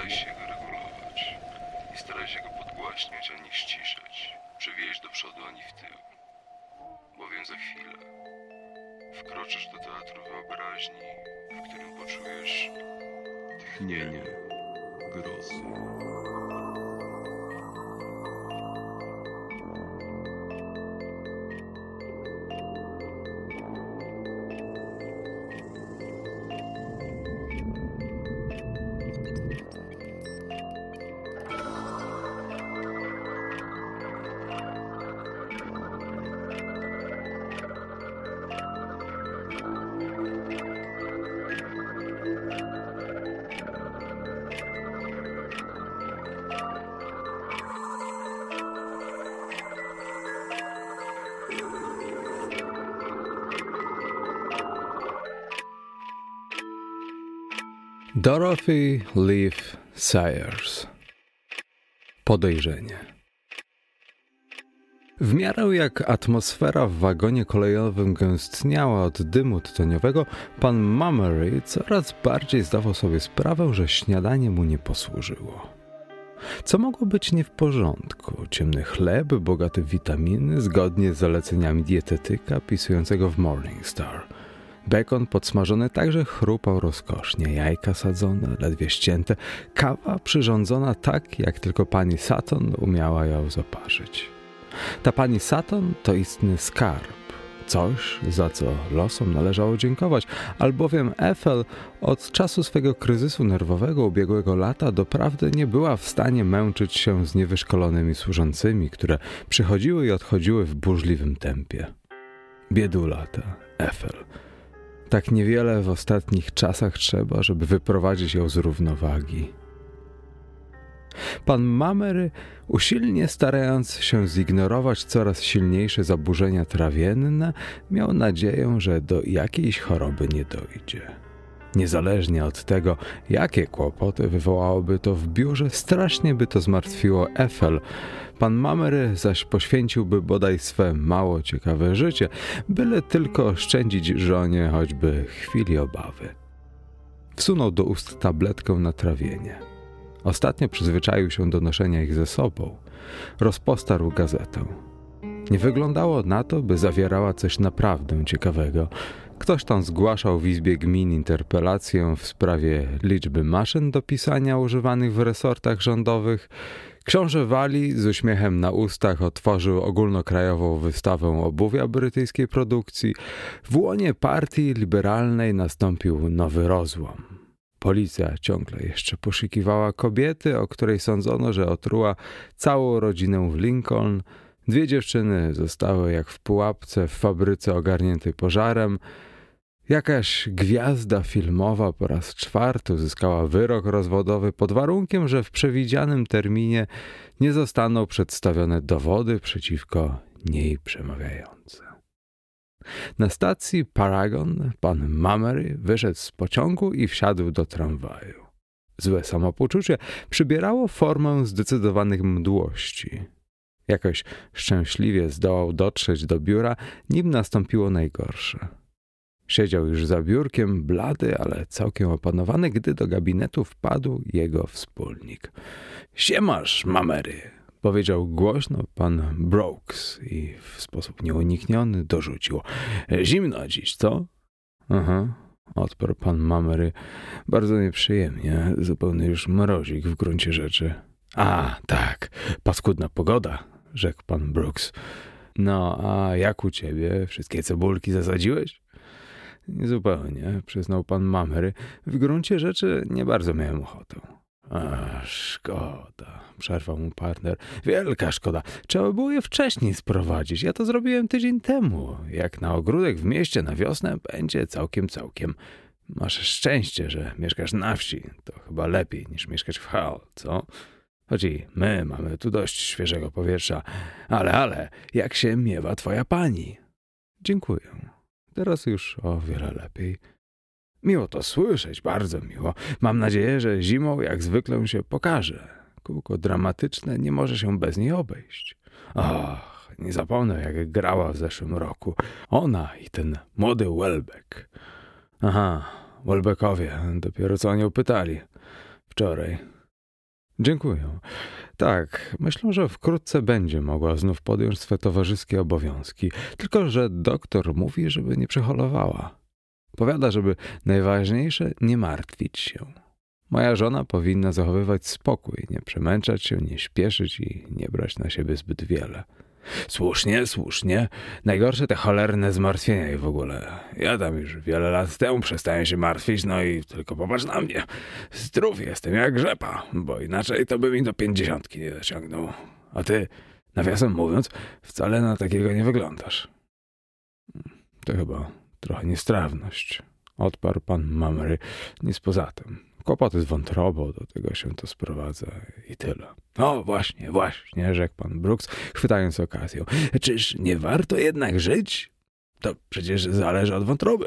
staraj się go regulować. Nie staraj się go podgłaśniać ani ściszać. Przewieźć do przodu ani w tył. Bowiem za chwilę wkroczysz do teatru wyobraźni, w którym poczujesz tchnienie grozy. Dorothy Leaf Sayers. Podejrzenie. W miarę jak atmosfera w wagonie kolejowym gęstniała od dymu tytoniowego, pan Mummery coraz bardziej zdawał sobie sprawę, że śniadanie mu nie posłużyło. Co mogło być nie w porządku? Ciemny chleb, bogaty w witaminy, zgodnie z zaleceniami dietetyka pisującego w Morning Star. Bekon podsmażony także chrupał rozkosznie, jajka sadzone, ledwie ścięte, kawa przyrządzona tak, jak tylko pani Sutton umiała ją zaparzyć. Ta pani Sutton to istny skarb, coś, za co losom należało dziękować, albowiem Ethel od czasu swego kryzysu nerwowego ubiegłego lata doprawdy nie była w stanie męczyć się z niewyszkolonymi służącymi, które przychodziły i odchodziły w burzliwym tempie. Biedulata Ethel. Tak niewiele w ostatnich czasach trzeba, żeby wyprowadzić ją z równowagi. Pan Mummery, usilnie starając się zignorować coraz silniejsze zaburzenia trawienne, miał nadzieję, że do jakiejś choroby nie dojdzie. Niezależnie od tego, jakie kłopoty wywołałoby to w biurze, strasznie by to zmartwiło Ethel. Pan Mummery zaś poświęciłby bodaj swe mało ciekawe życie, byle tylko oszczędzić żonie choćby chwili obawy. Wsunął do ust tabletkę na trawienie. Ostatnio przyzwyczaił się do noszenia ich ze sobą. Rozpostarł gazetę. Nie wyglądało na to, by zawierała coś naprawdę ciekawego. Ktoś tam zgłaszał w Izbie Gmin interpelację w sprawie liczby maszyn do pisania używanych w resortach rządowych. Książę Wali z uśmiechem na ustach otworzył ogólnokrajową wystawę obuwia brytyjskiej produkcji. W łonie partii liberalnej nastąpił nowy rozłam. Policja ciągle jeszcze poszukiwała kobiety, o której sądzono, że otruła całą rodzinę w Lincoln. 2 dziewczyny zostały jak w pułapce w fabryce ogarniętej pożarem. Jakaś gwiazda filmowa po raz 4 uzyskała wyrok rozwodowy pod warunkiem, że w przewidzianym terminie nie zostaną przedstawione dowody przeciwko niej przemawiające. Na stacji Paragon pan Mummery wyszedł z pociągu i wsiadł do tramwaju. Złe samopoczucie przybierało formę zdecydowanych mdłości. Jakoś szczęśliwie zdołał dotrzeć do biura, nim nastąpiło najgorsze. Siedział już za biurkiem, blady, ale całkiem opanowany, gdy do gabinetu wpadł jego wspólnik. — Siemasz, Mummery! — powiedział głośno pan Brooks i w sposób nieunikniony dorzucił. — Zimno dziś, co? — Aha — odparł pan Mummery. — Bardzo nieprzyjemnie, zupełny już mrozik w gruncie rzeczy. — A, tak, paskudna pogoda — rzekł pan Brooks. — No, a jak u ciebie? Wszystkie cebulki zasadziłeś? — Niezupełnie, przyznał pan Mummery. W gruncie rzeczy nie bardzo miałem ochotę. Szkoda, przerwał mu partner. Wielka szkoda. Trzeba było je wcześniej sprowadzić. Ja to zrobiłem tydzień temu. Jak na ogródek w mieście na wiosnę, będzie całkiem. Masz szczęście, że mieszkasz na wsi. To chyba lepiej niż mieszkać w Hull, co? Choć i my mamy tu dość świeżego powietrza. Ale, jak się miewa twoja pani? Dziękuję. Teraz już o wiele lepiej. Miło to słyszeć, bardzo miło. Mam nadzieję, że zimą jak zwykle się pokaże. Kółko dramatyczne nie może się bez niej obejść. Och, nie zapomnę, jak grała w zeszłym roku. Ona i ten młody Welbeck. Aha, Welbeckowie, dopiero co o nią pytali. Wczoraj. Dziękuję. Tak, myślę, że wkrótce będzie mogła znów podjąć swe towarzyskie obowiązki. Tylko że doktor mówi, żeby nie przeholowała. Powiada, żeby najważniejsze nie martwić się. Moja żona powinna zachowywać spokój, nie przemęczać się, nie śpieszyć i nie brać na siebie zbyt wiele. Słusznie, słusznie. Najgorsze te cholerne zmartwienia i w ogóle. Ja tam już wiele lat temu przestałem się martwić, no i tylko popatrz na mnie. Zdrów jestem jak rzepa, bo inaczej to by mi do 50 nie dociągnął. A ty, nawiasem mówiąc, wcale na takiego nie wyglądasz. To chyba trochę niestrawność. Odparł pan Mamery. Nic poza tym. Kłopoty z wątrobą, do tego się to sprowadza i tyle. O, właśnie, rzekł pan Brooks, chwytając okazję. Czyż nie warto jednak żyć? To przecież zależy od wątroby.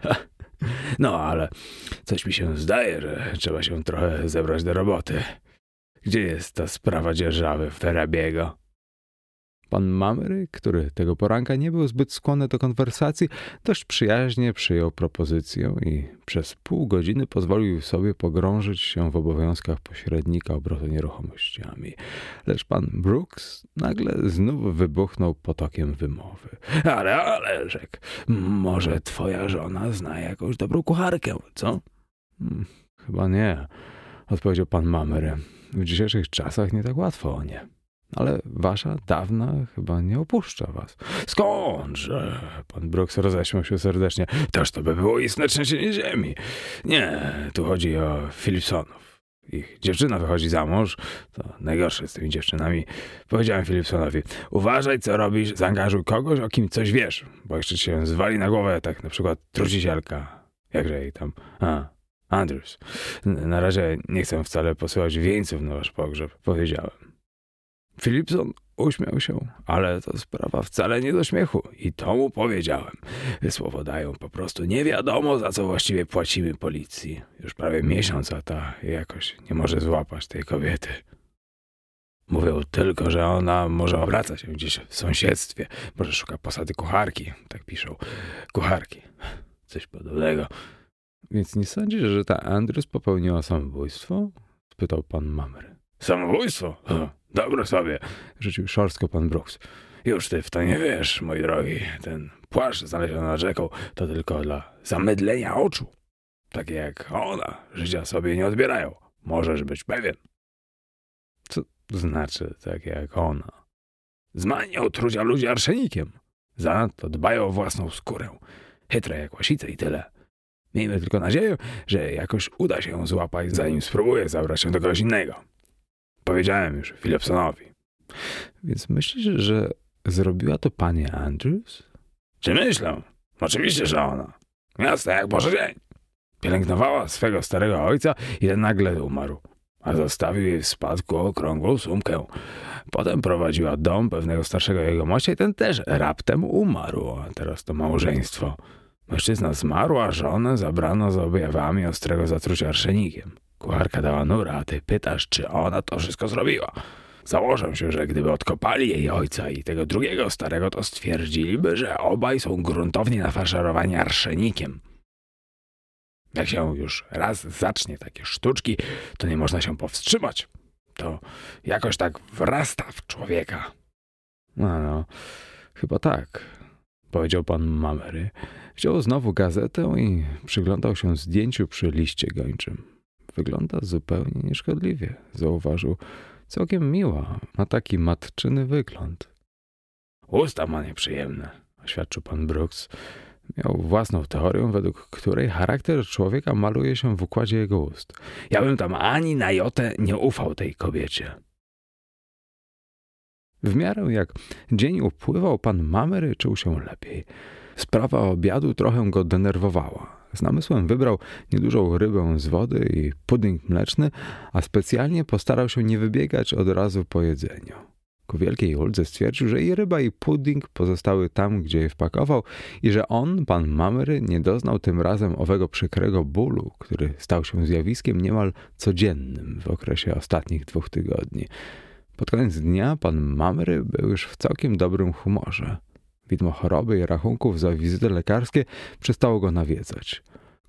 No, ale coś mi się zdaje, że trzeba się trochę zebrać do roboty. Gdzie jest ta sprawa dzierżawy w Ferabiego? Pan Mamery, który tego poranka nie był zbyt skłonny do konwersacji, dość przyjaźnie przyjął propozycję i przez pół godziny pozwolił sobie pogrążyć się w obowiązkach pośrednika obrotu nieruchomościami. Lecz pan Brooks nagle znów wybuchnął potokiem wymowy. Ale, rzekł, może twoja żona zna jakąś dobrą kucharkę, co? Chyba nie, odpowiedział pan Mamery. W dzisiejszych czasach nie tak łatwo o nie. Ale wasza dawna chyba nie opuszcza was. Skądże? Pan Brooks roześmiał się serdecznie. Toż to by było istne trzęsienie ziemi. Nie, tu chodzi o Philipsonów. Ich dziewczyna wychodzi za mąż. To najgorsze z tymi dziewczynami. Powiedziałem Philipsonowi, uważaj co robisz, zaangażuj kogoś, o kim coś wiesz, bo jeszcze się zwali na głowę, tak na przykład trucicielka. Jakże jej tam... Andrews. Na razie nie chcę wcale posyłać wieńców na wasz pogrzeb, powiedziałem. Philipson uśmiał się, ale to sprawa wcale nie do śmiechu i to mu powiedziałem. Słowo dają, po prostu nie wiadomo, za co właściwie płacimy policji. Już prawie miesiąc, a ta jakoś nie może złapać tej kobiety. Mówią tylko, że ona może obraca się gdzieś w sąsiedztwie, może szuka posady kucharki, tak piszą. Kucharki, coś podobnego. Więc nie sądzisz, że ta Andrews popełniła samobójstwo? Spytał pan Mamery. Samobójstwo? Dobre sobie, rzucił szorstko pan Brooks. Już ty w to nie wiesz, mój drogi. Ten płaszcz znaleziony nad rzeką to tylko dla zamydlenia oczu. Takie jak ona, życia sobie nie odbierają. Możesz być pewien. Co to znaczy takie jak ona? Z manią trucia ludzi arszenikiem. Zanadto dbają o własną skórę. Chytre jak łasice i tyle. Miejmy tylko nadzieję, że jakoś uda się ją złapać, zanim spróbuje zabrać się do kogoś innego. Powiedziałem już Philipsonowi. Więc myślisz, że zrobiła to pani Andrews? Czy myślę? Oczywiście, że ona. Jasne jak Boży dzień. Pielęgnowała swego starego ojca i ten nagle umarł. A zostawił jej w spadku okrągłą sumkę. Potem prowadziła dom pewnego starszego jegomościa i ten też raptem umarł. A teraz to małżeństwo. Mężczyzna zmarł, a żonę zabrano z objawami ostrego zatrucia arszenikiem. Kucharka dała nura, a ty pytasz, czy ona to wszystko zrobiła. Założę się, że gdyby odkopali jej ojca i tego drugiego starego, to stwierdziliby, że obaj są gruntownie nafaszerowani arszenikiem. Jak się już raz zacznie takie sztuczki, to nie można się powstrzymać. To jakoś tak wrasta w człowieka. No, chyba tak, powiedział pan Mamery. Wziął znowu gazetę i przyglądał się zdjęciu przy liście gończym. Wygląda zupełnie nieszkodliwie, zauważył. Całkiem miła, ma taki matczyny wygląd. Usta ma nieprzyjemne, oświadczył pan Brooks. Miał własną teorię, według której charakter człowieka maluje się w układzie jego ust. Ja bym tam ani na jotę nie ufał tej kobiecie. W miarę jak dzień upływał, pan Mamery czuł się lepiej. Sprawa obiadu trochę go denerwowała. Z namysłem wybrał niedużą rybę z wody i pudding mleczny, a specjalnie postarał się nie wybiegać od razu po jedzeniu. Ku wielkiej uldze stwierdził, że i ryba, i pudding pozostały tam, gdzie je wpakował i że on, pan Mamery, nie doznał tym razem owego przykrego bólu, który stał się zjawiskiem niemal codziennym w okresie ostatnich 2 tygodni. Pod koniec dnia pan Mamery był już w całkiem dobrym humorze. Widmo choroby i rachunków za wizyty lekarskie przestało go nawiedzać.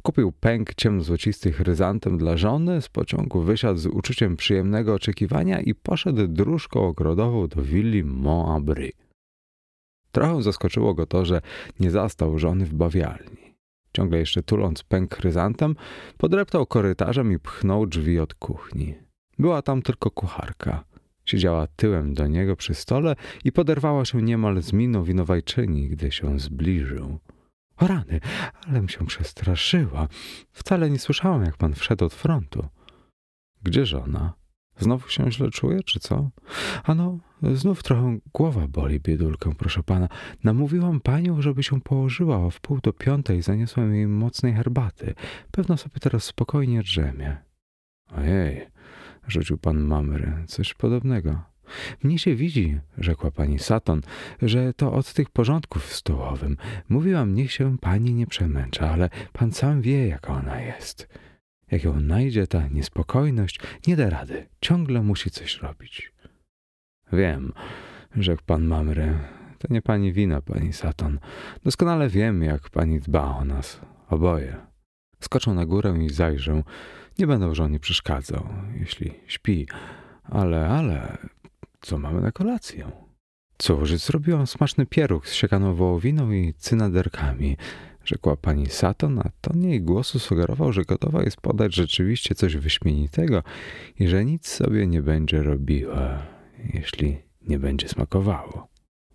Kupił pęk ciemnozłocistych chryzantem dla żony, z pociągu wysiadł z uczuciem przyjemnego oczekiwania i poszedł dróżką ogrodową do willi Mont-Abry. Trochę zaskoczyło go to, że nie zastał żony w bawialni. Ciągle jeszcze tuląc pęk chryzantem, podreptał korytarzem i pchnął drzwi od kuchni. Była tam tylko kucharka. Siedziała tyłem do niego przy stole i poderwała się niemal z miną winowajczyni, gdy się zbliżył. O rany, alem się przestraszyła. Wcale nie słyszałam, jak pan wszedł od frontu. Gdzie żona? Znowu się źle czuje, czy co? Ano, znów trochę głowa boli, biedulkę, proszę pana. Namówiłam panią, żeby się położyła, a w 4:30 zaniosłem jej mocnej herbaty. Pewno sobie teraz spokojnie drzemie. Ojej, rzucił pan Mamry, coś podobnego. Mnie się widzi, rzekła pani Sutton, że to od tych porządków w stołowym. Mówiłam, niech się pani nie przemęcza, ale pan sam wie, jaka ona jest. Jak ją najdzie ta niespokojność, nie da rady. Ciągle musi coś robić. Wiem, rzekł pan Mamry. To nie pani wina, pani Sutton. Doskonale wiem, jak pani dba o nas. Oboje. Skoczę na górę i zajrzę. Nie będę żonie przeszkadzał, jeśli śpi. Ale... Co mamy na kolację? Cóż, zrobiłam smaczny pieróg z siekaną wołowiną i cynaderkami, rzekła pani Sutton, a ton jej głosu sugerował, że gotowa jest podać rzeczywiście coś wyśmienitego i że nic sobie nie będzie robiła, jeśli nie będzie smakowało.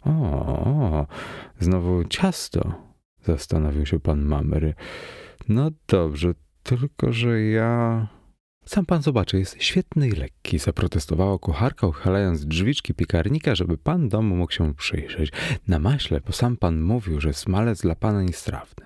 O, znowu ciasto, zastanowił się pan Mamry. No dobrze, tylko że ja... Sam pan zobaczy, jest świetny i lekki, zaprotestowała kucharka, uchylając drzwiczki piekarnika, żeby pan domu mógł się przyjrzeć. Na maśle, bo sam pan mówił, że smalec dla pana niestrawny.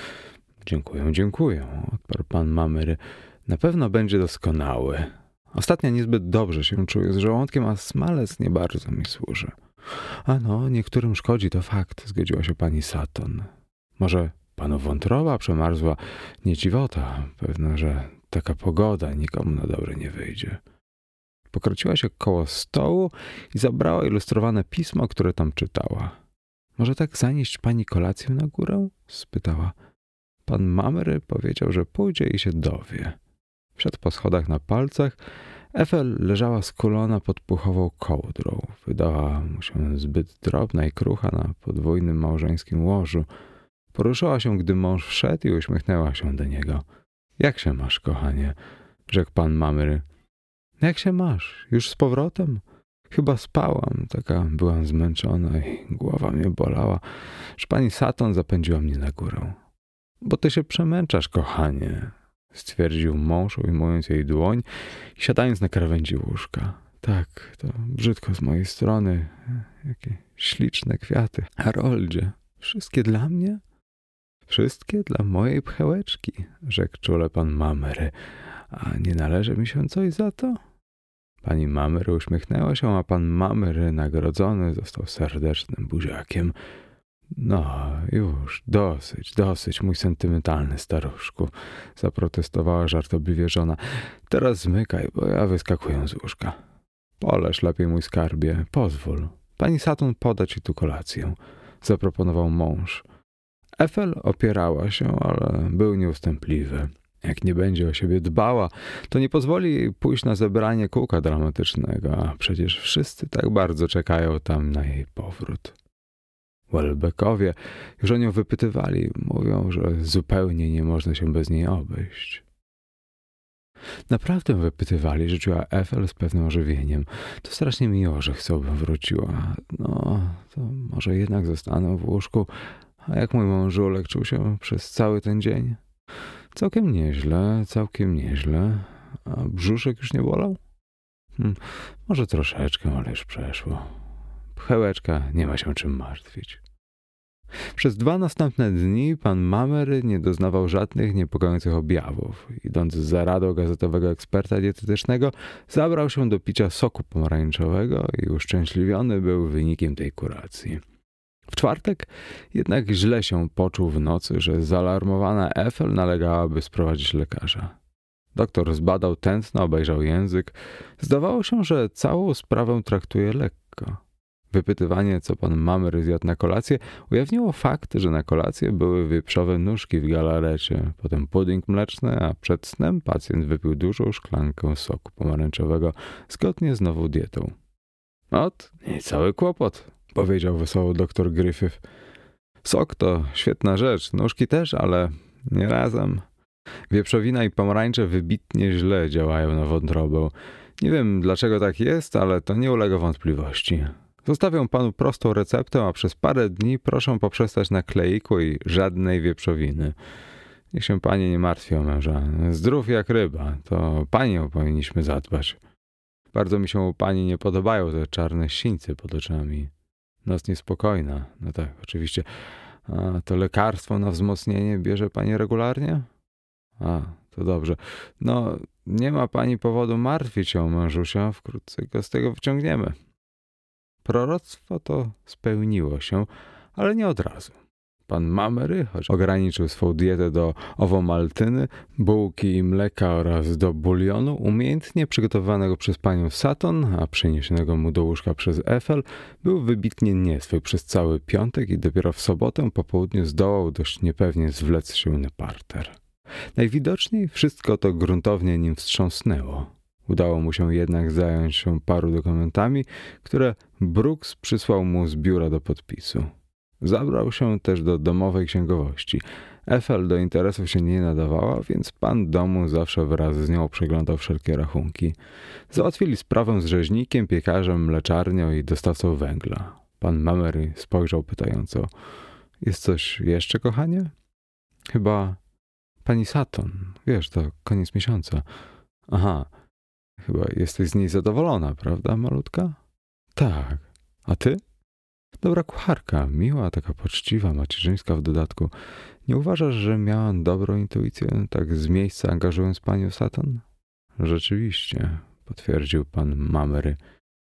Dziękuję, odparł pan Mamry. Na pewno będzie doskonały. Ostatnio niezbyt dobrze się czuję z żołądkiem, a smalec nie bardzo mi służy. A no, niektórym szkodzi, to fakt, zgodziła się pani Sutton. Może panu wątroba przemarzła, nie dziwota, pewno, że taka pogoda nikomu na dobre nie wyjdzie. Pokrociła się koło stołu i zabrała ilustrowane pismo, które tam czytała. Może tak zanieść pani kolację na górę? Spytała. Pan Mamry powiedział, że pójdzie i się dowie. Wszedł po schodach na palcach. Ethel leżała skulona pod puchową kołdrą. Wydała mu się zbyt drobna i krucha na podwójnym małżeńskim łożu. Poruszyła się, gdy mąż wszedł i uśmiechnęła się do niego. Jak się masz, kochanie? Rzekł pan Mamry. Jak się masz? Już z powrotem? Chyba spałam, taka byłam zmęczona i głowa mnie bolała, że pani Sutton zapędziła mnie na górę. Bo ty się przemęczasz, kochanie, stwierdził mąż, ujmując jej dłoń i siadając na krawędzi łóżka. Tak, to brzydko z mojej strony. Jakie śliczne kwiaty. Haroldzie, wszystkie dla mnie? Wszystkie dla mojej pchełeczki, rzekł czule pan Mamry. A nie należy mi się coś za to? Pani Mamry uśmiechnęła się, a pan Mamry nagrodzony został serdecznym buziakiem. No, już, dosyć, mój sentymentalny staruszku, zaprotestowała żartobliwie żona. Teraz zmykaj, bo ja wyskakuję z łóżka. Poleż lepiej, mój skarbie, pozwól. Pani Sutton poda ci tu kolację, zaproponował mąż. Ethel opierała się, ale był nieustępliwy. Jak nie będzie o siebie dbała, to nie pozwoli jej pójść na zebranie kółka dramatycznego, a przecież wszyscy tak bardzo czekają tam na jej powrót. Welbeckowie już o nią wypytywali, mówią, że zupełnie nie można się bez niej obejść. Naprawdę wypytywali, rzuciła Ethel z pewnym ożywieniem. To strasznie miło, że chcą, bym wróciła. No, to może jednak zostanę w łóżku. A jak mój mążulek czuł się przez cały ten dzień? Całkiem nieźle. A brzuszek już nie bolał? Może troszeczkę, ale już przeszło. Pchełeczka, nie ma się czym martwić. Przez 2 następne dni pan Mamry nie doznawał żadnych niepokojących objawów. Idąc za radą gazetowego eksperta dietetycznego, zabrał się do picia soku pomarańczowego i uszczęśliwiony był wynikiem tej kuracji. W czwartek jednak źle się poczuł w nocy, że zaalarmowana Ethel nalegała, by sprowadzić lekarza. Doktor zbadał tętno, obejrzał język. Zdawało się, że całą sprawę traktuje lekko. Wypytywanie, co pan Mamery zjadł na kolację, ujawniło fakt, że na kolację były wieprzowe nóżki w galarecie, potem pudding mleczny, a przed snem pacjent wypił dużą szklankę soku pomarańczowego, zgodnie z nową dietą. Ot, i cały kłopot, powiedział wesoło doktor Griffith. Sok to świetna rzecz, nóżki też, ale nie razem. Wieprzowina i pomarańcze wybitnie źle działają na wątrobę. Nie wiem, dlaczego tak jest, ale to nie ulega wątpliwości. Zostawiam panu prostą receptę, a przez parę dni proszę poprzestać na kleiku i żadnej wieprzowiny. Niech się pani nie martwi o męża. Zdrów jak ryba, to panią powinniśmy zadbać. Bardzo mi się u pani nie podobają te czarne sińce pod oczami. Noc niespokojna. No tak, oczywiście. A to lekarstwo na wzmocnienie bierze pani regularnie? A, to dobrze. No, nie ma pani powodu martwić się o mężusia, wkrótce go z tego wyciągniemy. Proroctwo to spełniło się, ale nie od razu. Pan Mamery, choć ograniczył swą dietę do owomaltyny, bułki i mleka oraz do bulionu, umiejętnie przygotowanego przez panią Sutton, a przyniesionego mu do łóżka przez Ethel, był wybitnie nieswój przez cały piątek i dopiero w sobotę po południu zdołał dość niepewnie zwlec się na parter. Najwidoczniej wszystko to gruntownie nim wstrząsnęło. Udało mu się jednak zająć się paru dokumentami, które Brooks przysłał mu z biura do podpisu. Zabrał się też do domowej księgowości. Ethel do interesów się nie nadawała, więc pan domu zawsze wraz z nią przeglądał wszelkie rachunki. Załatwili sprawę z rzeźnikiem, piekarzem, mleczarnią i dostawcą węgla. Pan Mamery spojrzał pytająco. Jest coś jeszcze, kochanie? Chyba pani Sutton. Wiesz, to koniec miesiąca. Aha, chyba jesteś z niej zadowolona, prawda, malutka? Tak. A ty? Dobra kucharka, miła, taka poczciwa, macierzyńska w dodatku. Nie uważasz, że miałam dobrą intuicję, tak z miejsca angażując panią Sutton? Rzeczywiście, potwierdził pan Mamery.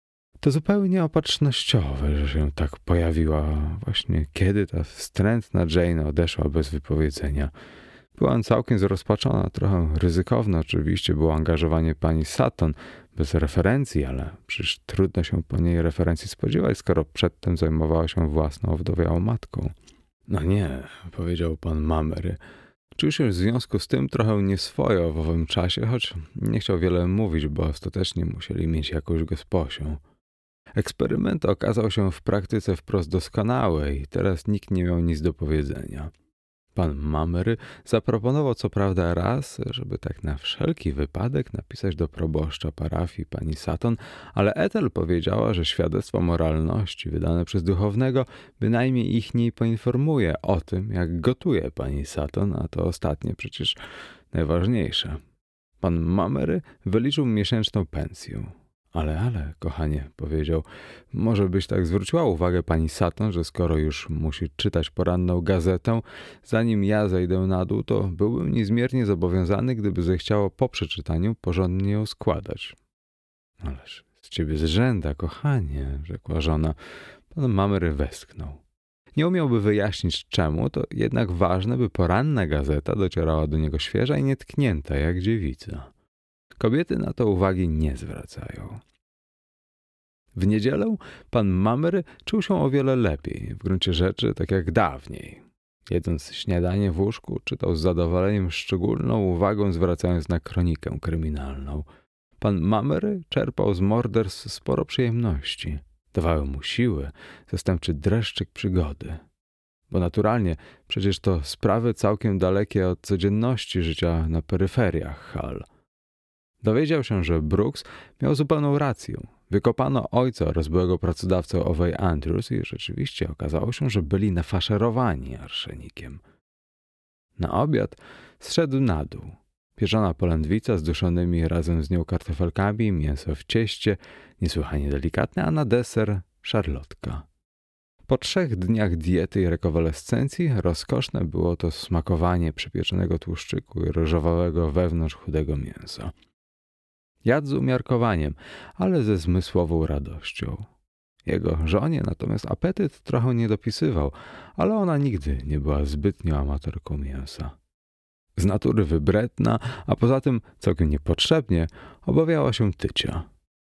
To zupełnie opatrznościowe, że się tak pojawiła właśnie kiedy ta wstrętna Jane odeszła bez wypowiedzenia. Byłam całkiem zrozpaczona, trochę ryzykowne oczywiście było angażowanie pani Sutton bez referencji, ale przecież trudno się po niej referencji spodziewać, skoro przedtem zajmowała się własną owdowiałą matką. No nie, powiedział pan Mamery. Czuł się w związku z tym trochę nieswojo w owym czasie, choć nie chciał wiele mówić, bo ostatecznie musieli mieć jakąś gosposią. Eksperyment okazał się w praktyce wprost doskonały i teraz nikt nie miał nic do powiedzenia. Pan Mamery zaproponował co prawda raz, żeby tak na wszelki wypadek napisać do proboszcza parafii pani Sutton, ale Ethel powiedziała, że świadectwo moralności wydane przez duchownego bynajmniej ich nie poinformuje o tym, jak gotuje pani Sutton, a to ostatnie przecież najważniejsze. Pan Mamery wyliczył miesięczną pensję. Ale, kochanie, powiedział, może byś tak zwróciła uwagę pani Sutton, że skoro już musi czytać poranną gazetę, zanim ja zejdę na dół, to byłbym niezmiernie zobowiązany, gdyby zechciało po przeczytaniu porządnie ją składać. Ależ z ciebie zrzęda, kochanie, rzekła żona. Pan Mamery westchnął. Nie umiałby wyjaśnić czemu, to jednak ważne, by poranna gazeta docierała do niego świeża i nietknięta jak dziewica. Kobiety na to uwagi nie zwracają. W niedzielę pan Mamery czuł się o wiele lepiej, w gruncie rzeczy tak jak dawniej. Jedząc śniadanie w łóżku, czytał z zadowoleniem szczególną uwagą zwracając na kronikę kryminalną. Pan Mamery czerpał z morderstw sporo przyjemności. Dawały mu siły, zastępczy dreszczyk przygody. Bo naturalnie przecież to sprawy całkiem dalekie od codzienności życia na peryferiach Hull. Dowiedział się, że Brooks miał zupełną rację. Wykopano ojca oraz byłego pracodawcę owej Andrews i rzeczywiście okazało się, że byli nafaszerowani arszenikiem. Na obiad zszedł na dół. Pieczona polędwica z duszonymi razem z nią kartofelkami, mięso w cieście, niesłychanie delikatne, a na deser szarlotka. Po 3 dniach diety i rekonwalescencji rozkoszne było to smakowanie przypieczonego tłuszczyku i ryżowego wewnątrz chudego mięsa. Jadł z umiarkowaniem, ale ze zmysłową radością. Jego żonie natomiast apetyt trochę nie dopisywał, ale ona nigdy nie była zbytnio amatorką mięsa. Z natury wybredna, a poza tym całkiem niepotrzebnie obawiała się tycia.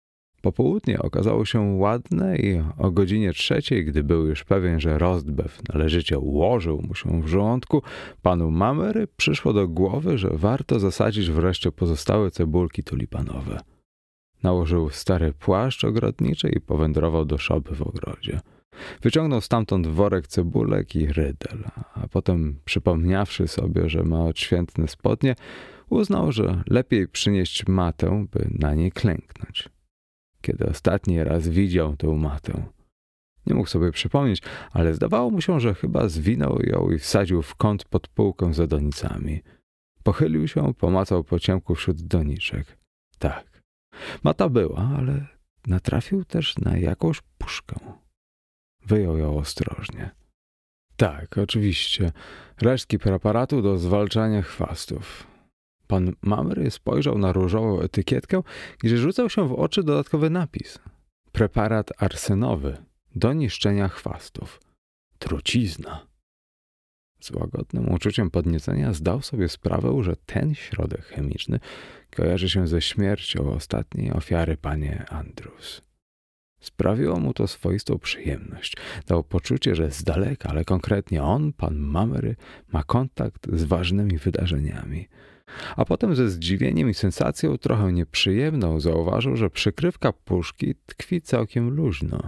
Popołudnie okazało się ładne i o godzinie 3, gdy był już pewien, że rostbeff należycie ułożył mu się w żołądku, panu Mamery przyszło do głowy, że warto zasadzić wreszcie pozostałe cebulki tulipanowe. Nałożył stary płaszcz ogrodniczy i powędrował do szopy w ogrodzie. Wyciągnął stamtąd worek cebulek i rydel, a potem, przypomniawszy sobie, że ma odświętne spodnie, uznał, że lepiej przynieść matę, by na niej klęknąć. Kiedy ostatni raz widział tę matę, nie mógł sobie przypomnieć, ale zdawało mu się, że chyba zwinął ją i wsadził w kąt pod półką za donicami. Pochylił się, pomacał po ciemku wśród doniczek. Tak, mata była, ale natrafił też na jakąś puszkę. Wyjął ją ostrożnie. Tak, oczywiście, resztki preparatu do zwalczania chwastów. Pan Mamery spojrzał na różową etykietkę, gdzie rzucał się w oczy dodatkowy napis. Preparat arsenowy do niszczenia chwastów. Trucizna. Z łagodnym uczuciem podniecenia zdał sobie sprawę, że ten środek chemiczny kojarzy się ze śmiercią ostatniej ofiary panie Andrews. Sprawiło mu to swoistą przyjemność. Dał poczucie, że z daleka, ale konkretnie on, pan Mamery, ma kontakt z ważnymi wydarzeniami. A potem ze zdziwieniem i sensacją trochę nieprzyjemną zauważył, że przykrywka puszki tkwi całkiem luźno.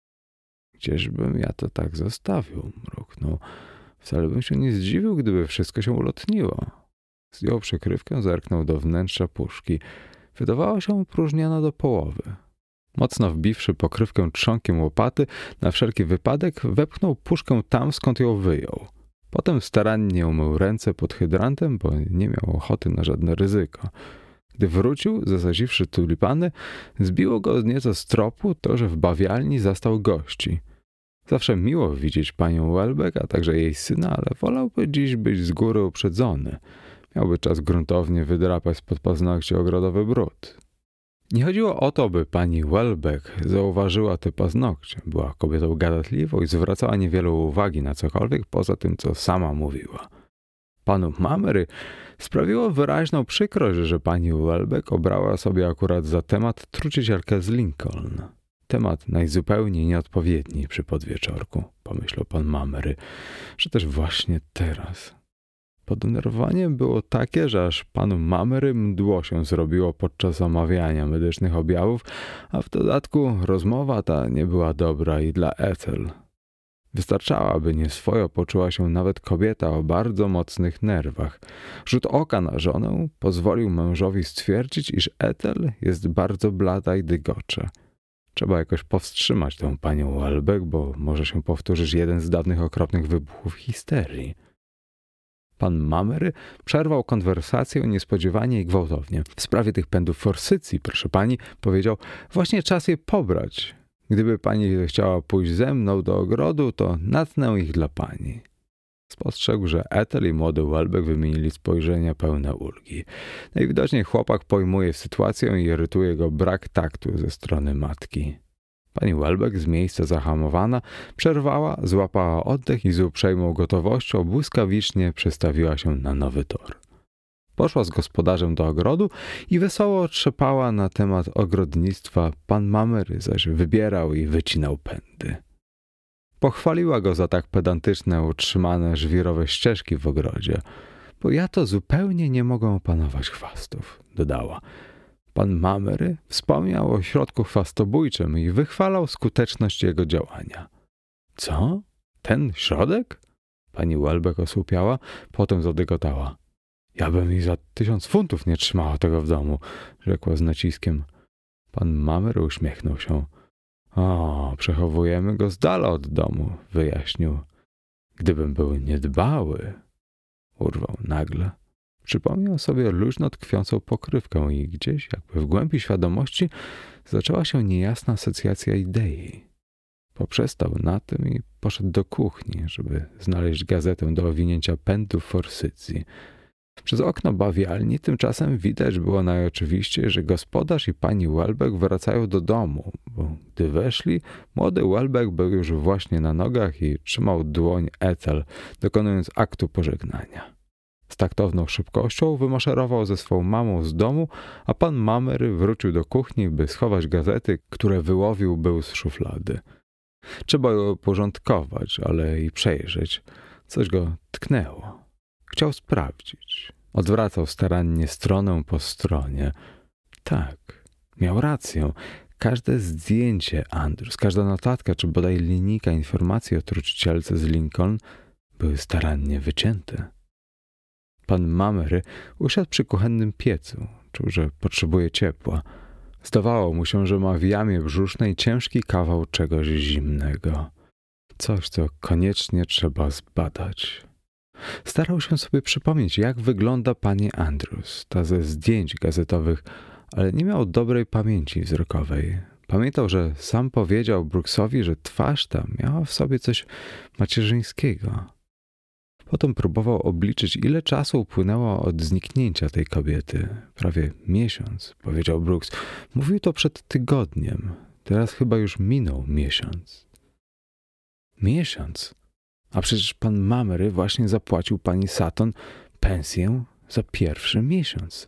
Gdzieżbym ja to tak zostawił, mruknął. Wcale bym się nie zdziwił, gdyby wszystko się ulotniło. Zdjął przykrywkę, zerknął do wnętrza puszki. Wydawała się opróżniona do połowy. Mocno wbiwszy pokrywkę trzonkiem łopaty, na wszelki wypadek wepchnął puszkę tam, skąd ją wyjął. Potem starannie umył ręce pod hydrantem, bo nie miał ochoty na żadne ryzyko. Gdy wrócił, zasadziwszy tulipany, zbiło go nieco z tropu to, że w bawialni zastał gości. Zawsze miło widzieć panią Welbeck, a także jej syna, ale wolałby dziś być z góry uprzedzony. Miałby czas gruntownie wydrapać spod paznokci ogrodowy brud. Nie chodziło o to, by pani Welbeck zauważyła te paznokcie. Była kobietą gadatliwą i zwracała niewiele uwagi na cokolwiek poza tym, co sama mówiła. Panu Mamery sprawiło wyraźną przykrość, że pani Welbeck obrała sobie akurat za temat trucicielkę z Lincoln. Temat najzupełniej nieodpowiedni przy podwieczorku, pomyślał pan Mamery, że też właśnie teraz. Podenerwowanie było takie, że aż panu Mamery mdło się zrobiło podczas omawiania medycznych objawów, a w dodatku rozmowa ta nie była dobra i dla Ethel. Wystarczała, by nieswojo poczuła się nawet kobieta o bardzo mocnych nerwach. Rzut oka na żonę pozwolił mężowi stwierdzić, iż Ethel jest bardzo blada i dygocze. Trzeba jakoś powstrzymać tę panią Welbeck, bo może się powtórzyć jeden z dawnych okropnych wybuchów histerii. Pan Mamery przerwał konwersację niespodziewanie i gwałtownie. W sprawie tych pędów forsycji, proszę pani, powiedział, właśnie czas je pobrać. Gdyby pani chciała pójść ze mną do ogrodu, to natnę ich dla pani. Spostrzegł, że Ethel i młody Welbeck wymienili spojrzenia pełne ulgi. Najwidoczniej chłopak pojmuje sytuację i irytuje go brak taktu ze strony matki. Pani Welbeck z miejsca zahamowana przerwała, złapała oddech i z uprzejmą gotowością błyskawicznie przestawiła się na nowy tor. Poszła z gospodarzem do ogrodu i wesoło trzepała na temat ogrodnictwa. Pan Mamery zaś wybierał i wycinał pędy. Pochwaliła go za tak pedantyczne, utrzymane żwirowe ścieżki w ogrodzie. Bo ja to zupełnie nie mogę opanować chwastów, dodała. Pan Mamery wspomniał o środku chwastobójczym i wychwalał skuteczność jego działania. Co? Ten środek? Pani Welbeck osłupiała, potem zadygotała. Ja bym i za 1000 funtów nie trzymała tego w domu, rzekła z naciskiem. Pan Mamery uśmiechnął się. O, przechowujemy go z dala od domu, wyjaśnił. Gdybym był niedbały, urwał nagle. Przypomniał sobie luźno tkwiącą pokrywkę i gdzieś, jakby w głębi świadomości, zaczęła się niejasna asocjacja idei. Poprzestał na tym i poszedł do kuchni, żeby znaleźć gazetę do owinięcia pędów forsycji. Przez okno bawialni tymczasem widać było najoczywiściej, że gospodarz i pani Welbeck wracają do domu, bo gdy weszli, młody Welbeck był już właśnie na nogach i trzymał dłoń Ethel, dokonując aktu pożegnania. Z taktowną szybkością wymaszerował ze swą mamą z domu, a pan Mamery wrócił do kuchni, by schować gazety, które wyłowił był z szuflady. Trzeba ją porządkować, ale i przejrzeć. Coś go tknęło. Chciał sprawdzić. Odwracał starannie stronę po stronie. Tak, miał rację. Każde zdjęcie Andrews, każda notatka czy bodaj linijka informacji o trucicielce z Lincoln były starannie wycięte. Pan Mamery usiadł przy kuchennym piecu. Czuł, że potrzebuje ciepła. Zdawało mu się, że ma w jamie brzusznej ciężki kawał czegoś zimnego. Coś, co koniecznie trzeba zbadać. Starał się sobie przypomnieć, jak wygląda pani Andrews, ta ze zdjęć gazetowych, ale nie miał dobrej pamięci wzrokowej. Pamiętał, że sam powiedział Brooksowi, że twarz ta miała w sobie coś macierzyńskiego. Potem próbował obliczyć, ile czasu upłynęło od zniknięcia tej kobiety. Prawie miesiąc, powiedział Brooks. Mówił to przed tygodniem. Teraz chyba już minął miesiąc. Miesiąc? A przecież pan Mamery właśnie zapłacił pani Sutton pensję za pierwszy miesiąc.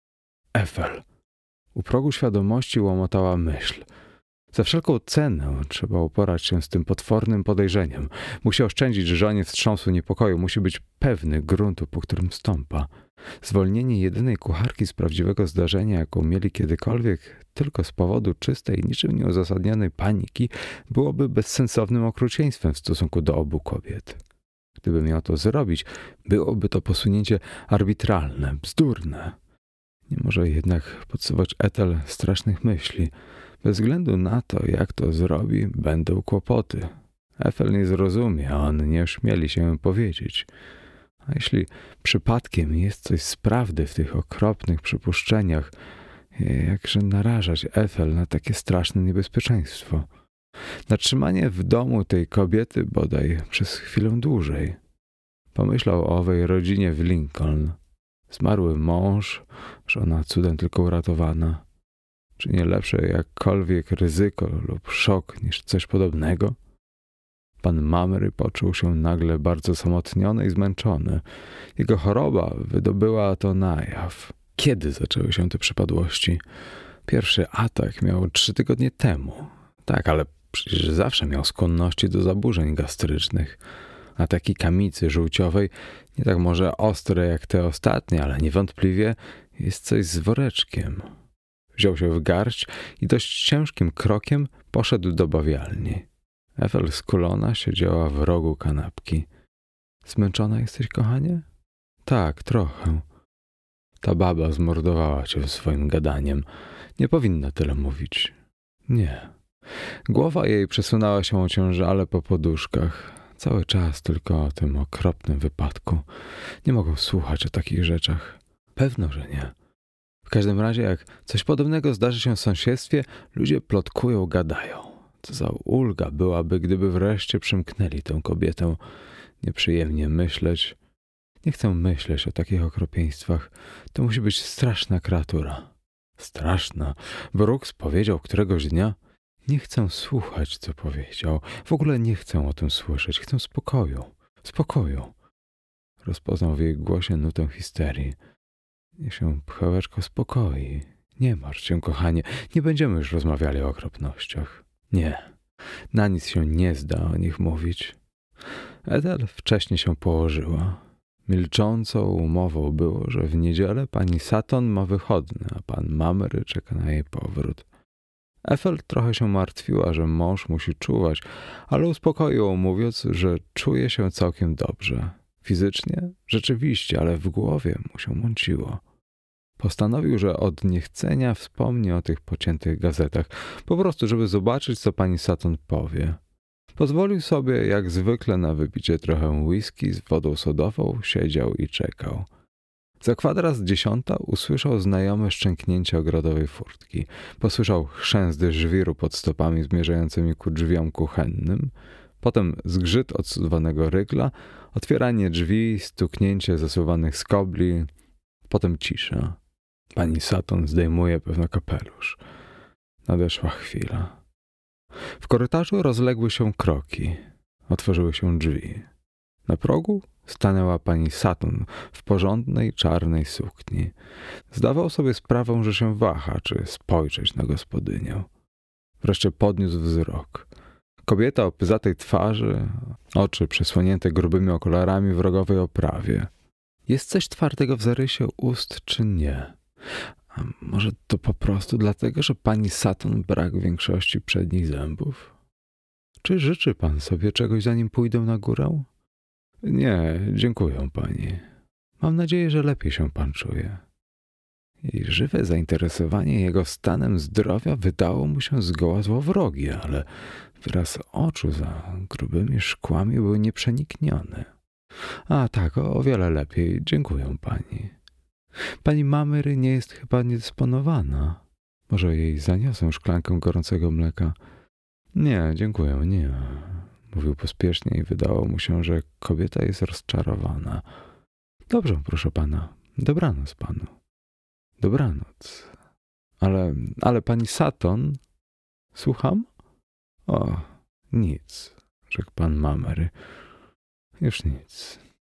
Ethel. U progu świadomości łomotała myśl. Za wszelką cenę trzeba uporać się z tym potwornym podejrzeniem. Musi oszczędzić żonie wstrząsu niepokoju, musi być pewny gruntu, po którym stąpa. Zwolnienie jedynej kucharki z prawdziwego zdarzenia, jaką mieli kiedykolwiek, tylko z powodu czystej, niczym nieuzasadnionej paniki, byłoby bezsensownym okrucieństwem w stosunku do obu kobiet. Gdyby miał to zrobić, byłoby to posunięcie arbitralne, bzdurne. Nie może jednak podsuwać Ethel strasznych myśli. Bez względu na to, jak to zrobi, będą kłopoty. Ethel nie zrozumie, a on nie ośmieli się powiedzieć. A jeśli przypadkiem jest coś z prawdy w tych okropnych przypuszczeniach, jakże narażać Ethel na takie straszne niebezpieczeństwo? Na trzymanie w domu tej kobiety bodaj przez chwilę dłużej. Pomyślał o owej rodzinie w Lincoln. Zmarły mąż, żona cudem tylko uratowana. Czy nie lepsze jakkolwiek ryzyko lub szok niż coś podobnego? Pan Mamery poczuł się nagle bardzo samotniony i zmęczony. Jego choroba wydobyła to na jaw. Kiedy zaczęły się te przypadłości? Pierwszy atak miał 3 tygodnie temu. Tak, ale przecież zawsze miał skłonności do zaburzeń gastrycznych. Ataki kamicy żółciowej, nie tak może ostre jak te ostatnie, ale niewątpliwie jest coś z woreczkiem. Wziął się w garść i dość ciężkim krokiem poszedł do bawialni. Ethel skulona siedziała w rogu kanapki. Zmęczona jesteś, kochanie? Tak, trochę. Ta baba zmordowała cię swoim gadaniem. Nie powinna tyle mówić. Nie. Głowa jej przesunęła się ociężale po poduszkach. Cały czas tylko o tym okropnym wypadku. Nie mogą słuchać o takich rzeczach. Pewno, że nie. W każdym razie, jak coś podobnego zdarzy się w sąsiedztwie, ludzie plotkują, gadają. Co za ulga byłaby, gdyby wreszcie przymknęli tę kobietę. Nieprzyjemnie myśleć. Nie chcę myśleć o takich okropieństwach. To musi być straszna kreatura. Straszna. Brooks powiedział któregoś dnia: nie chcę słuchać, co powiedział. W ogóle nie chcę o tym słyszeć. Chcę spokoju. Spokoju. Rozpoznał w jej głosie nutę histerii. Niech się pchełeczko spokoi. Nie martw się, kochanie. Nie będziemy już rozmawiali o okropnościach. Nie. Na nic się nie zda o nich mówić. Ethel wcześnie się położyła. Milczącą umową było, że w niedzielę pani Sutton ma wychodne, a pan Mamery czeka na jej powrót. Ethel trochę się martwiła, że mąż musi czuwać, ale uspokoił ją, mówiąc, że czuje się całkiem dobrze. Fizycznie? Rzeczywiście, ale w głowie mu się mąciło. Postanowił, że od niechcenia wspomni o tych pociętych gazetach, po prostu, żeby zobaczyć, co pani Sutton powie. Pozwolił sobie, jak zwykle, na wypicie trochę whisky z wodą sodową, siedział i czekał. Za 9:15 usłyszał znajome szczęknięcie ogrodowej furtki. Posłyszał chrzęsty żwiru pod stopami zmierzającymi ku drzwiom kuchennym, potem zgrzyt odsuwanego rygla, otwieranie drzwi, stuknięcie zasuwanych skobli, potem cisza. Pani Sutton zdejmuje pewno kapelusz. Nadeszła chwila. W korytarzu rozległy się kroki. Otworzyły się drzwi. Na progu stanęła pani Sutton w porządnej czarnej sukni. Zdawał sobie sprawę, że się waha, czy spojrzeć na gospodynię. Wreszcie podniósł wzrok. Kobieta o pyzatej twarzy, oczy przysłonięte grubymi okularami w rogowej oprawie. Jest coś twardego w zarysie ust, czy nie? A może to po prostu dlatego, że pani Sutton brak większości przednich zębów? Czy życzy pan sobie czegoś, zanim pójdę na górę? Nie, dziękuję pani. Mam nadzieję, że lepiej się pan czuje. I żywe zainteresowanie jego stanem zdrowia wydało mu się zgoła złowrogie, ale wyraz oczu za grubymi szkłami był nieprzenikniony. A tak, o wiele lepiej, dziękuję pani. Pani Mamery nie jest chyba niedysponowana. Może jej zaniosę szklankę gorącego mleka? Nie, dziękuję, nie. Mówił pospiesznie i wydało mu się, że kobieta jest rozczarowana. Dobrze, proszę pana. Dobranoc panu. Dobranoc. Ale pani Sutton? Słucham? O, nic, rzekł pan Mamery. Już nic.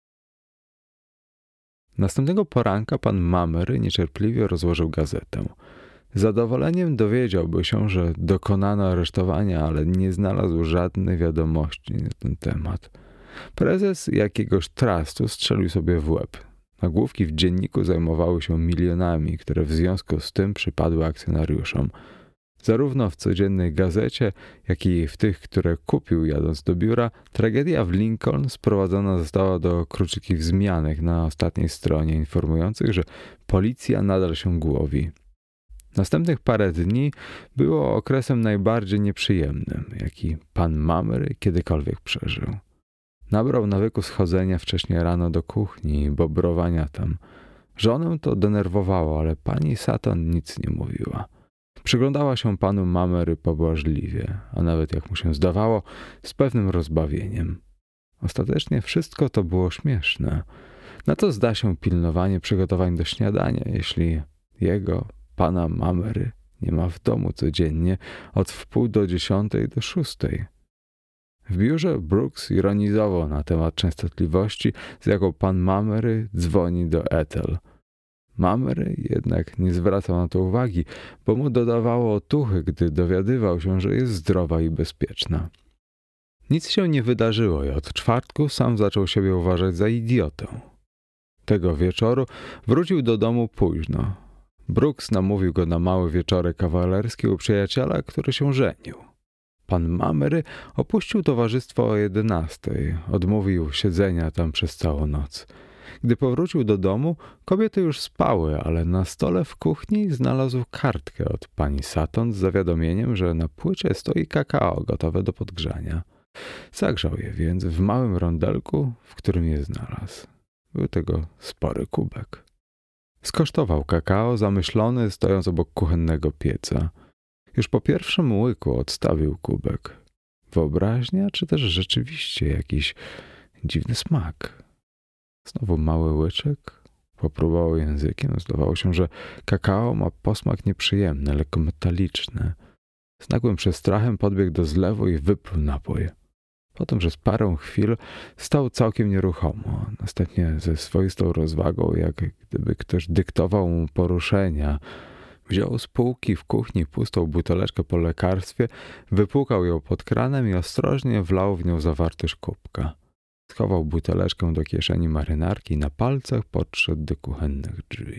Następnego poranka pan Mamery niecierpliwie rozłożył gazetę. Z zadowoleniem dowiedziałby się, że dokonano aresztowania, ale nie znalazł żadnej wiadomości na ten temat. Prezes jakiegoś trustu strzelił sobie w łeb. Nagłówki w dzienniku zajmowały się milionami, które w związku z tym przypadły akcjonariuszom. Zarówno w codziennej gazecie, jak i w tych, które kupił jadąc do biura, tragedia w Lincoln sprowadzona została do kruczykich wzmianek na ostatniej stronie informujących, że policja nadal się głowi. Następnych parę dni było okresem najbardziej nieprzyjemnym, jaki pan Mamery kiedykolwiek przeżył. Nabrał nawyku schodzenia wcześnie rano do kuchni i bobrowania tam. Żonę to denerwowało, ale pani Sutton nic nie mówiła. Przyglądała się panu Mamery pobłażliwie, a nawet, jak mu się zdawało, z pewnym rozbawieniem. Ostatecznie wszystko to było śmieszne. Na co zda się pilnowanie przygotowań do śniadania, jeśli jego, pana Mamery, nie ma w domu codziennie od 9:30 do 6:00. W biurze Brooks ironizował na temat częstotliwości, z jaką pan Mamery dzwoni do Ethel. Mamery jednak nie zwracał na to uwagi, bo mu dodawało otuchy, gdy dowiadywał się, że jest zdrowa i bezpieczna. Nic się nie wydarzyło i od czwartku sam zaczął siebie uważać za idiotę. Tego wieczoru wrócił do domu późno. Brooks namówił go na mały wieczorek kawalerski u przyjaciela, który się żenił. Pan Mamery opuścił towarzystwo o 11:00, odmówił siedzenia tam przez całą noc. Gdy powrócił do domu, kobiety już spały, ale na stole w kuchni znalazł kartkę od pani Sutton z zawiadomieniem, że na płycie stoi kakao gotowe do podgrzania. Zagrzał je więc w małym rondelku, w którym je znalazł. Był tego spory kubek. Skosztował kakao zamyślony, stojąc obok kuchennego pieca. Już po pierwszym łyku odstawił kubek. Wyobraźnia, czy też rzeczywiście jakiś dziwny smak? Znowu mały łyczek. Popróbował językiem. Zdawało się, że kakao ma posmak nieprzyjemny, lekko metaliczny. Z nagłym przestrachem podbiegł do zlewu i wypluł napój. Potem przez parę chwil stał całkiem nieruchomo. Następnie ze swoistą rozwagą, jak gdyby ktoś dyktował mu poruszenia, wziął z półki w kuchni pustą buteleczkę po lekarstwie, wypłukał ją pod kranem i ostrożnie wlał w nią zawartość kubka. Schował buteleczkę do kieszeni marynarki i na palcach podszedł do kuchennych drzwi.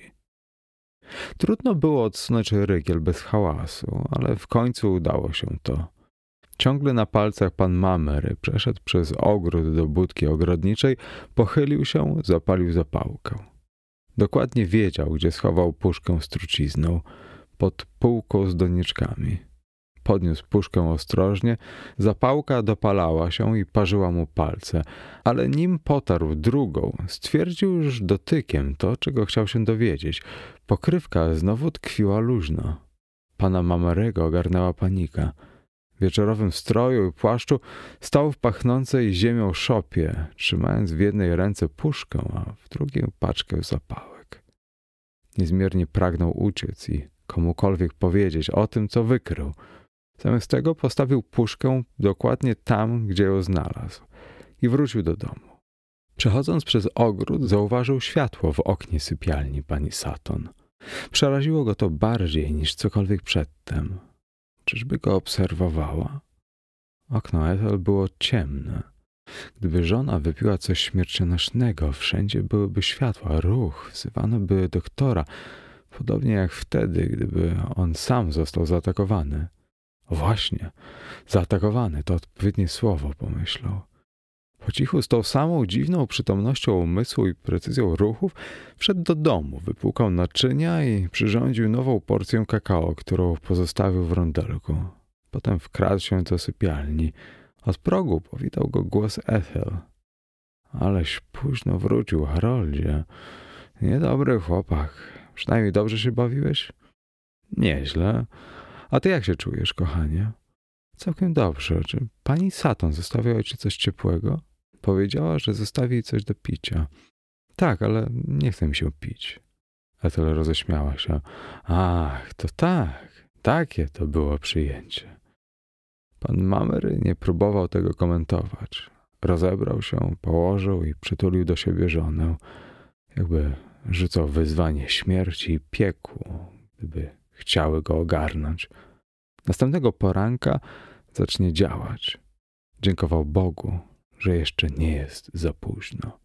Trudno było odsunąć rygiel bez hałasu, ale w końcu udało się to. Ciągle na palcach pan Mamery przeszedł przez ogród do budki ogrodniczej, pochylił się, zapalił zapałkę. Dokładnie wiedział, gdzie schował puszkę z trucizną, pod półką z doniczkami. Podniósł puszkę ostrożnie, zapałka dopalała się i parzyła mu palce, ale nim potarł drugą, stwierdził już dotykiem to, czego chciał się dowiedzieć. Pokrywka znowu tkwiła luźno. Pana Mamerego ogarnęła panika. W wieczorowym stroju i płaszczu stał w pachnącej ziemią szopie, trzymając w jednej ręce puszkę, a w drugiej paczkę zapałek. Niezmiernie pragnął uciec i komukolwiek powiedzieć o tym, co wykrył. Zamiast tego postawił puszkę dokładnie tam, gdzie ją znalazł i wrócił do domu. Przechodząc przez ogród, zauważył światło w oknie sypialni pani Sutton. Przeraziło go to bardziej niż cokolwiek przedtem. Czyżby go obserwowała? Okno Ethel było ciemne. Gdyby żona wypiła coś śmiercionośnego, wszędzie byłyby światła, ruch, wzywano by doktora, podobnie jak wtedy, gdyby on sam został zaatakowany. Właśnie, zaatakowany to odpowiednie słowo, pomyślał. Po cichu, z tą samą dziwną przytomnością umysłu i precyzją ruchów, wszedł do domu, wypłukał naczynia i przyrządził nową porcję kakao, którą pozostawił w rondelku. Potem wkradł się do sypialni. Od progu powitał go głos Ethel. Aleś późno wrócił, Haroldzie. Niedobry chłopak. Przynajmniej dobrze się bawiłeś? Nieźle. A ty jak się czujesz, kochanie? Całkiem dobrze. Czy pani Sutton zostawiła ci coś ciepłego? Powiedziała, że zostawi jej coś do picia. Tak, ale nie chce mi się pić. Ethel roześmiała się. Ach, to tak. Takie to było przyjęcie. Pan Mamery nie próbował tego komentować. Rozebrał się, położył i przytulił do siebie żonę, jakby rzucał wyzwanie śmierci i piekłu, gdyby chciały go ogarnąć. Następnego poranka zacznie działać. Dziękował Bogu, że jeszcze nie jest za późno.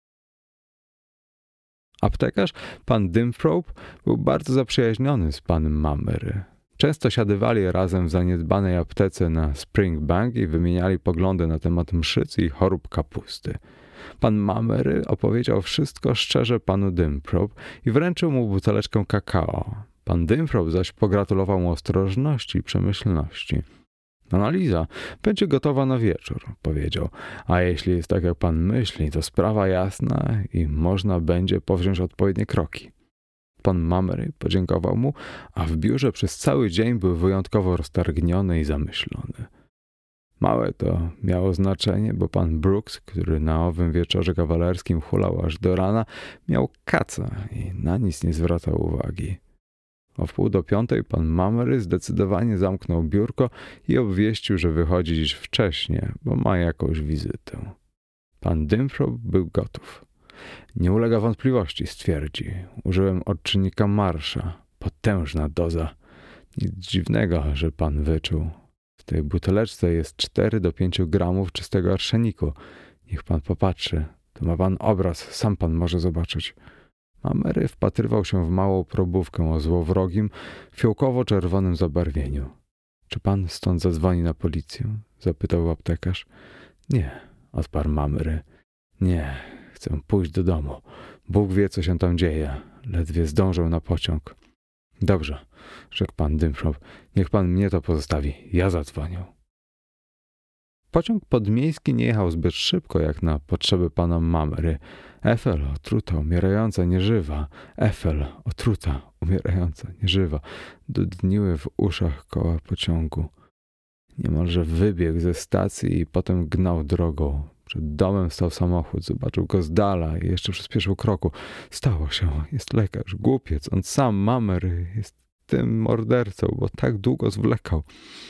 Aptekarz, pan Dymthorpe, był bardzo zaprzyjaźniony z panem Mamery. Często siadywali razem w zaniedbanej aptece na Spring Bank i wymieniali poglądy na temat mszyc i chorób kapusty. Pan Mamery opowiedział wszystko szczerze panu Dymthorpe i wręczył mu buteleczkę kakao. Pan Dymthorpe zaś pogratulował mu ostrożności i przemyślności. Analiza będzie gotowa na wieczór, powiedział, a jeśli jest tak jak pan myśli, to sprawa jasna i można będzie powziąć odpowiednie kroki. Pan Mamery podziękował mu, a w biurze przez cały dzień był wyjątkowo roztargniony i zamyślony. Małe to miało znaczenie, bo pan Brooks, który na owym wieczorze kawalerskim hulał aż do rana, miał kaca i na nic nie zwracał uwagi. O 4:30 pan Mamery zdecydowanie zamknął biurko i obwieścił, że wychodzi dziś wcześnie, bo ma jakąś wizytę. Pan Dymthorpe był gotów. Nie ulega wątpliwości, stwierdzi. Użyłem odczynnika Marsha. Potężna doza. Nic dziwnego, że pan wyczuł. W tej buteleczce jest 4 do 5 gramów czystego arszeniku. Niech pan popatrzy. Tu ma pan obraz, sam pan może zobaczyć. Mamery wpatrywał się w małą probówkę o złowrogim, fiołkowo-czerwonym zabarwieniu. Czy pan stąd zadzwoni na policję? Zapytał aptekarz. Nie, odparł Mamery. Nie, chcę pójść do domu. Bóg wie, co się tam dzieje. Ledwie zdążę na pociąg. Dobrze, rzekł pan Dymthorpe. Niech pan mnie to pozostawi. Ja zadzwonię. Pociąg podmiejski nie jechał zbyt szybko, jak na potrzeby pana Mamery. Ethel, otruta, umierająca, nieżywa. Ethel, otruta, umierająca, nieżywa. Dudniły w uszach koła pociągu. Niemalże wybiegł ze stacji i potem gnał drogą. Przed domem stał samochód, zobaczył go z dala i jeszcze przyspieszył kroku. Stało się, jest lekarz, głupiec, on sam, Mamery, jest tym mordercą, bo tak długo zwlekał.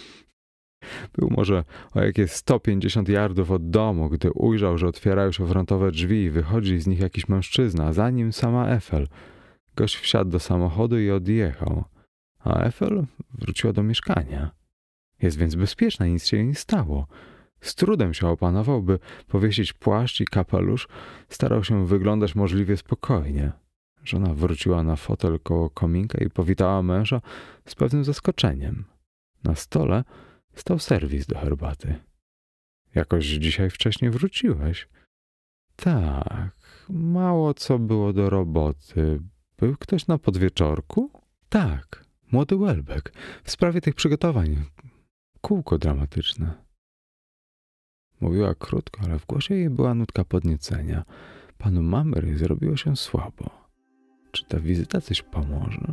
Był może o jakieś 150 yardów od domu, gdy ujrzał, że otwierają się frontowe drzwi i wychodzi z nich jakiś mężczyzna, a za nim sama Ethel. Gość wsiadł do samochodu i odjechał, a Ethel wróciła do mieszkania. Jest więc bezpieczna, nic się jej nie stało. Z trudem się opanował, by powiesić płaszcz i kapelusz, starał się wyglądać możliwie spokojnie. Żona wróciła na fotel koło kominka i powitała męża z pewnym zaskoczeniem. Na stole stał serwis do herbaty. Jakoś dzisiaj wcześniej wróciłeś? Tak, mało co było do roboty. Był ktoś na podwieczorku? Tak, młody Welbeck. W sprawie tych przygotowań. Kółko dramatyczne. Mówiła krótko, ale w głosie jej była nutka podniecenia. Panu Mamery zrobiło się słabo. Czy ta wizyta coś pomoże?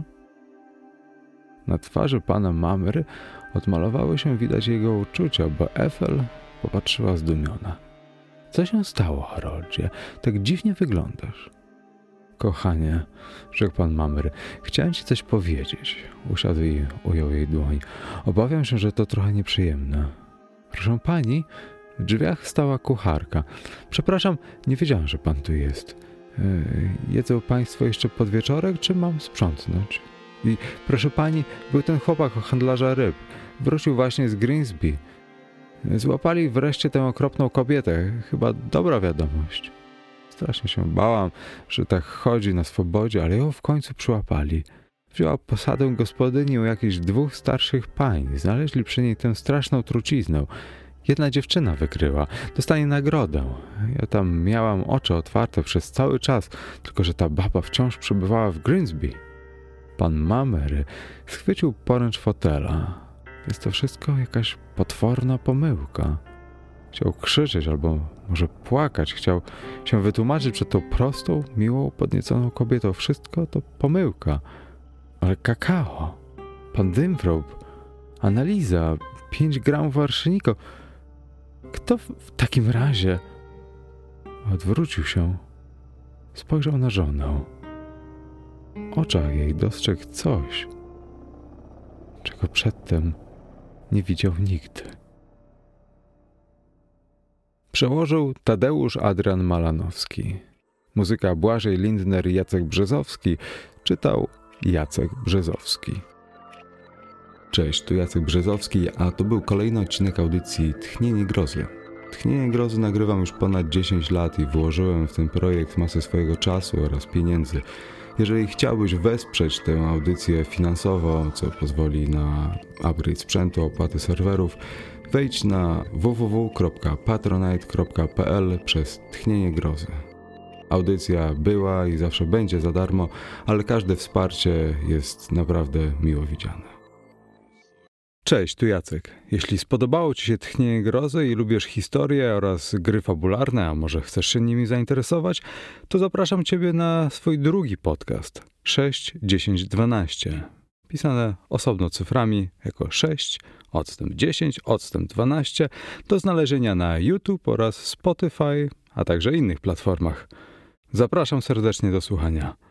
Na twarzy pana Mamery odmalowały się widać jego uczucia, bo Ethel popatrzyła zdumiona. Co się stało, Haroldzie? Tak dziwnie wyglądasz. Kochanie, rzekł pan Mamery, chciałem ci coś powiedzieć. Usiadł i ujął jej dłoń. Obawiam się, że to trochę nieprzyjemne. Proszę pani, W drzwiach stała kucharka. Przepraszam, nie wiedziałam, że pan tu jest. Jedzą państwo jeszcze podwieczorek, czy mam sprzątnąć? I proszę pani, był ten chłopak handlarza ryb. Wrócił właśnie z Grimsby. Złapali wreszcie tę okropną kobietę. Chyba dobra wiadomość. Strasznie się bałam, że tak chodzi na swobodzie, ale ją w końcu przyłapali. Wzięła posadę gospodyni u jakichś 2 starszych pań. Znaleźli przy niej tę straszną truciznę. Jedna dziewczyna wykryła. Dostanie nagrodę. Ja tam miałam oczy otwarte przez cały czas, tylko że ta baba wciąż przebywała w Grimsby. Pan Mamery schwycił poręcz fotela. Jest to wszystko jakaś potworna pomyłka. Chciał krzyczeć albo może płakać. Chciał się wytłumaczyć przed tą prostą, miłą, podnieconą kobietą. Wszystko to pomyłka. Ale kakao, pan Dymfrob, analiza, 5 gramów arszenika. Kto w takim razie? Odwrócił się. Spojrzał na żonę. W oczach jej dostrzegł coś, czego przedtem nie widział nigdy. Przełożył Tadeusz Adrian Malanowski. Muzyka Błażej Lindner i Jacek Brzezowski. Czytał Jacek Brzezowski. Cześć, tu Jacek Brzezowski, a to był kolejny odcinek audycji Tchnienie Grozy. Tchnienie Grozy nagrywam już ponad 10 lat i włożyłem w ten projekt masę swojego czasu oraz pieniędzy. Jeżeli chciałbyś wesprzeć tę audycję finansowo, co pozwoli na upgrade sprzętu, opłaty serwerów, wejdź na www.patronite.pl przez Tchnienie Grozy. Audycja była i zawsze będzie za darmo, ale każde wsparcie jest naprawdę miło widziane. Cześć, tu Jacek. Jeśli spodobało Ci się Tchnienie Grozy i lubisz historię oraz gry fabularne, a może chcesz się nimi zainteresować, to zapraszam Ciebie na swój drugi podcast 6, 10, 12. Pisane osobno cyframi jako 6, odstęp 10, odstęp 12 do znalezienia na YouTube oraz Spotify, a także innych platformach. Zapraszam serdecznie do słuchania.